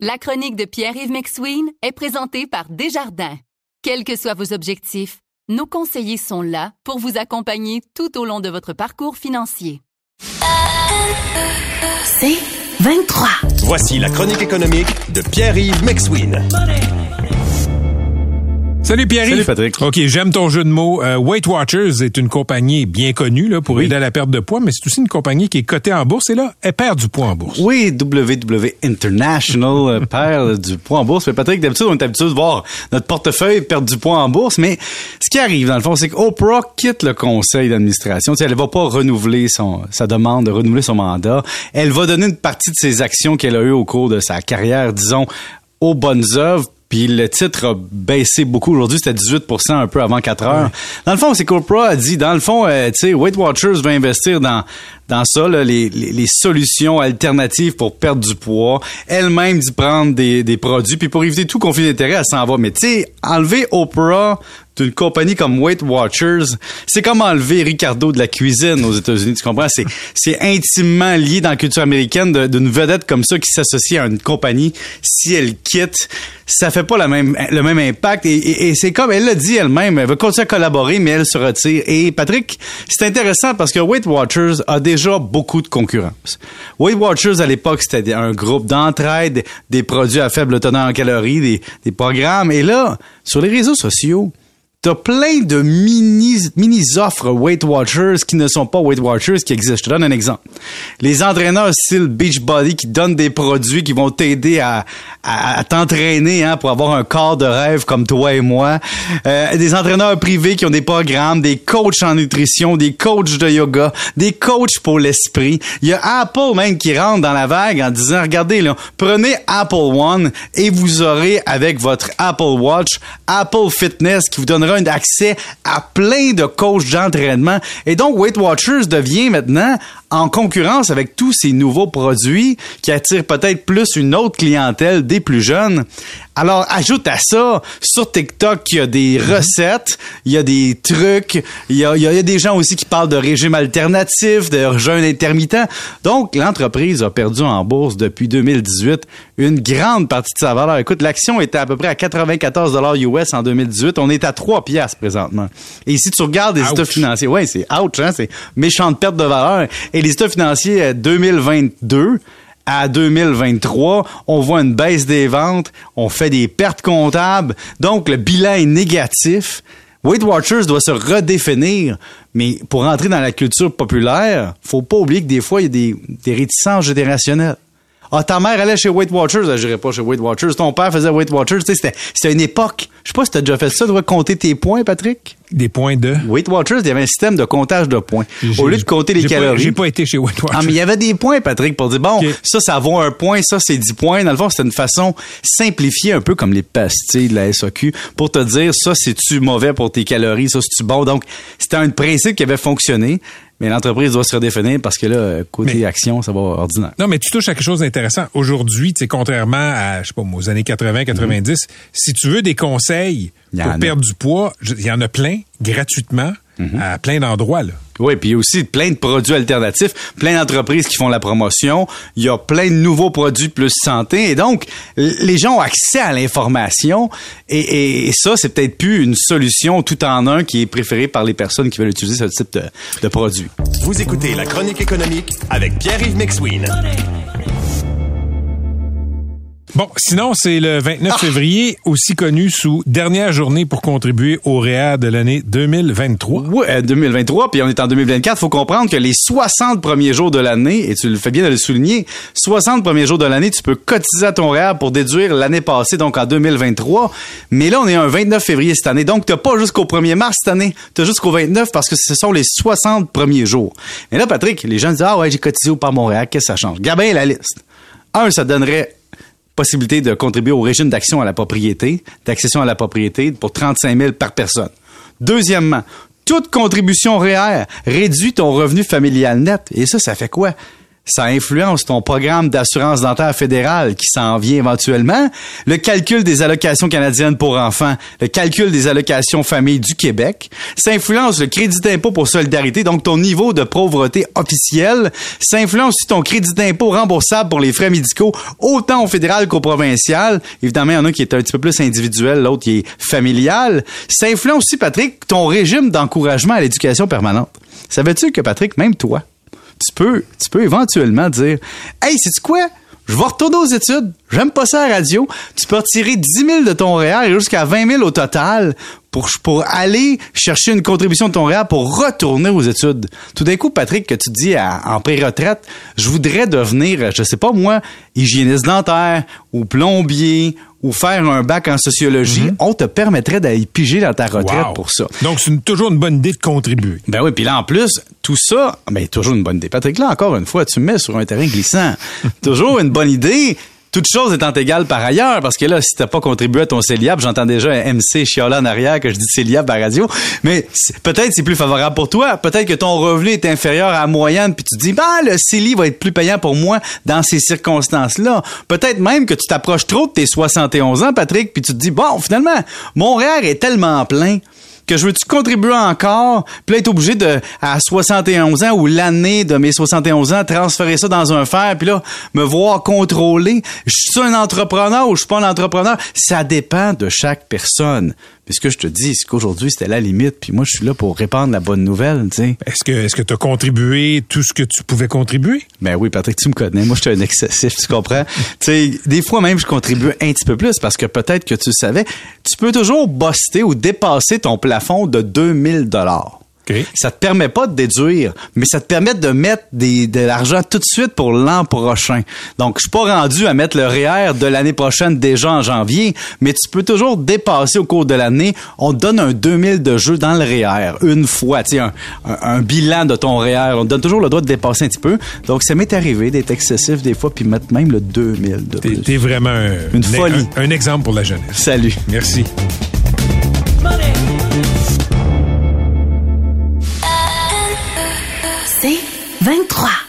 La chronique de Pierre-Yves McSween est présentée par Desjardins. Quels que soient vos objectifs, nos conseillers sont là pour vous accompagner tout au long de votre parcours financier. C'est 23. Voici la chronique économique de Pierre-Yves McSween. Salut Pierre-Yves. Salut Patrick. OK, j'aime ton jeu de mots. Weight Watchers est une compagnie bien connue là, pour aider à la perte de poids, mais c'est aussi une compagnie qui est cotée en bourse et là, elle perd du poids en bourse. Oui, WW International perd du poids en bourse. Mais Patrick, d'habitude, on est habitué de voir notre portefeuille perdre du poids en bourse, mais ce qui arrive, dans le fond, c'est qu'Oprah quitte le conseil d'administration. Tu sais, elle va pas renouveler sa demande de renouveler son mandat. Elle va donner une partie de ses actions qu'elle a eues au cours de sa carrière, disons, aux bonnes œuvres. Puis le titre a baissé beaucoup. Aujourd'hui, c'était 18% un peu avant 4 heures. Ouais. Dans le fond, c'est qu'Oprah a dit, dans le fond, tu sais, Weight Watchers va investir dans ça, là, les solutions alternatives pour perdre du poids. Elle-même dit prendre des produits. Puis pour éviter tout conflit d'intérêt, elle s'en va. Mais tu sais, enlever Oprah d'une compagnie comme Weight Watchers, c'est comme enlever Ricardo de la cuisine aux États-Unis, tu comprends? C'est intimement lié dans la culture américaine d'une vedette comme ça qui s'associe à une compagnie. Si elle quitte, ça fait pas le même impact. Et c'est comme elle l'a dit elle-même, elle va continuer à collaborer, mais elle se retire. Et Patrick, c'est intéressant parce que Weight Watchers a déjà beaucoup de concurrence. Weight Watchers, à l'époque, c'était un groupe d'entraide, des produits à faible teneur en calories, des programmes. Et là, sur les réseaux sociaux, t'as plein de mini-offres Weight Watchers qui ne sont pas Weight Watchers qui existent. Je te donne un exemple. Les entraîneurs style Beachbody qui donnent des produits qui vont t'aider à t'entraîner pour avoir un corps de rêve comme toi et moi. Des entraîneurs privés qui ont des programmes, des coachs en nutrition, des coachs de yoga, des coachs pour l'esprit. Il y a Apple même qui rentre dans la vague en disant, regardez, là, prenez Apple One et vous aurez avec votre Apple Watch, Apple Fitness qui vous donnera un accès à plein de coachs d'entraînement. Et donc, Weight Watchers devient maintenant en concurrence avec tous ces nouveaux produits qui attirent peut-être plus une autre clientèle des plus jeunes. Alors, ajoute à ça, sur TikTok, il y a des recettes, il y a des trucs, il y a des gens aussi qui parlent de régime alternatif, de jeûne intermittent. Donc, l'entreprise a perdu en bourse depuis 2018 une grande partie de sa valeur. Écoute, l'action était à peu près à 94 $ US en 2018. On est à 3 piastres présentement. Et si tu regardes les états financiers, ouais, c'est ouch, hein, c'est méchante perte de valeur. Et les états financiers 2022 à 2023, on voit une baisse des ventes, on fait des pertes comptables, donc le bilan est négatif. Weight Watchers doit se redéfinir, mais pour entrer dans la culture populaire, faut pas oublier que des fois, il y a des réticences générationnelles. Ah, ta mère allait chez Weight Watchers, elle n'irait pas chez Weight Watchers. Ton père faisait Weight Watchers, tu sais, c'était une époque. Je sais pas si t'as déjà fait ça, tu dois compter tes points, Patrick. Des points de? Weight Watchers, il y avait un système de comptage de points. Au lieu de compter les calories. J'ai pas été chez Weight Watchers. Ah, mais il y avait des points, Patrick, pour dire, bon, okay, ça vaut 1 point, ça, c'est 10 points. Dans le fond, c'était une façon simplifiée, un peu comme les pastilles de la SAQ, pour te dire, ça, c'est-tu mauvais pour tes calories, ça, c'est-tu bon. Donc, c'était un principe qui avait fonctionné. Mais l'entreprise doit se redéfinir parce que là, côté action, ça va ordinaire. Non, mais tu touches à quelque chose d'intéressant. Aujourd'hui, tu sais, contrairement à, je sais pas, aux années 80, 90, si tu veux des conseils pour perdre du poids, il y en a plein, gratuitement, à plein d'endroits, là. Oui, puis il y a aussi plein de produits alternatifs, plein d'entreprises qui font la promotion. Il y a plein de nouveaux produits plus santé. Et donc, les gens ont accès à l'information. Et ça, c'est peut-être plus une solution tout en un qui est préférée par les personnes qui veulent utiliser ce type de produit. Vous écoutez La Chronique économique avec Pierre-Yves McSween. Bon, sinon, c'est le 29 février, aussi connu sous dernière journée pour contribuer au REER de l'année 2023. Oui, 2023, puis on est en 2024. Faut comprendre que les 60 premiers jours de l'année, et tu le fais bien de le souligner, 60 premiers jours de l'année, tu peux cotiser à ton REER pour déduire l'année passée, donc en 2023. Mais là, on est un 29 février cette année, donc t'as pas jusqu'au 1er mars cette année, t'as jusqu'au 29 parce que ce sont les 60 premiers jours. Mais là, Patrick, les gens disent, ah ouais, j'ai cotisé par mon REER, qu'est-ce que ça change? Regarde bien la liste. Ça donnerait possibilité de contribuer au régime d'action à la propriété, d'accession à la propriété pour 35 000 par personne. Deuxièmement, toute contribution REER réduit ton revenu familial net. Et ça fait quoi? ça influence ton programme d'assurance dentaire fédérale qui s'en vient éventuellement, le calcul des allocations canadiennes pour enfants, le calcul des allocations famille du Québec, ça influence le crédit d'impôt pour solidarité, donc ton niveau de pauvreté officiel, ça influence aussi ton crédit d'impôt remboursable pour les frais médicaux, autant au fédéral qu'au provincial. Évidemment, il y en a qui est un petit peu plus individuel, l'autre qui est familial. Ça influence aussi, Patrick, ton régime d'encouragement à l'éducation permanente. Savais-tu que, Patrick, même toi, tu peux éventuellement dire « Hey, sais-tu quoi? Je vais retourner aux études. J'aime pas ça à la radio. » Tu peux retirer 10 000 de ton REER et jusqu'à 20 000 au total pour aller chercher une contribution de ton REER pour retourner aux études. Tout d'un coup, Patrick, que tu dis en pré-retraite, je voudrais devenir, je sais pas moi, hygiéniste dentaire ou plombier ou faire un bac en sociologie, on te permettrait d'aller piger dans ta retraite pour ça. Donc, c'est toujours une bonne idée de contribuer. Ben oui, puis là, en plus, tout ça, ben toujours une bonne idée. Patrick, là, encore une fois, tu me mets sur un terrain glissant. Toujours une bonne idée. Toute chose étant égale par ailleurs, parce que là, si t'as pas contribué à ton CELIAP, j'entends déjà un MC chialer en arrière que je dis CELIAP à la radio, mais peut-être c'est plus favorable pour toi, peut-être que ton revenu est inférieur à la moyenne, puis tu te dis, le CELI va être plus payant pour moi dans ces circonstances-là. Peut-être même que tu t'approches trop de tes 71 ans, Patrick, puis tu te dis, bon, finalement, mon REER est tellement plein que je veux-tu contribuer encore, puis là, être obligé de, à 71 ans ou l'année de mes 71 ans, transférer ça dans un fer, puis là, me voir contrôler. Je suis un entrepreneur ou je suis pas un entrepreneur? Ça dépend de chaque personne. Mais ce que je te dis, c'est qu'aujourd'hui, c'était la limite, puis moi, je suis là pour répandre la bonne nouvelle, tu sais. Est-ce que tu as contribué tout ce que tu pouvais contribuer? Ben oui, Patrick, tu me connais. Moi, je suis un excessif, tu comprends? Tu sais, des fois même, je contribue un petit peu plus parce que peut-être que tu le savais, tu peux toujours buster ou dépasser ton plafond de 2000 $. Okay. Ça te permet pas de déduire, mais ça te permet de mettre de l'argent tout de suite pour l'an prochain. Donc, je suis pas rendu à mettre le REER de l'année prochaine déjà en janvier, mais tu peux toujours dépasser au cours de l'année. On te donne un 2000 de jeu dans le REER une fois, tu sais, un bilan de ton REER. On te donne toujours le droit de dépasser un petit peu. Donc, ça m'est arrivé d'être excessif des fois puis mettre même le 2000 de plus. T'es vraiment une folie. Un exemple pour la jeunesse. Salut. Merci. C'est 23.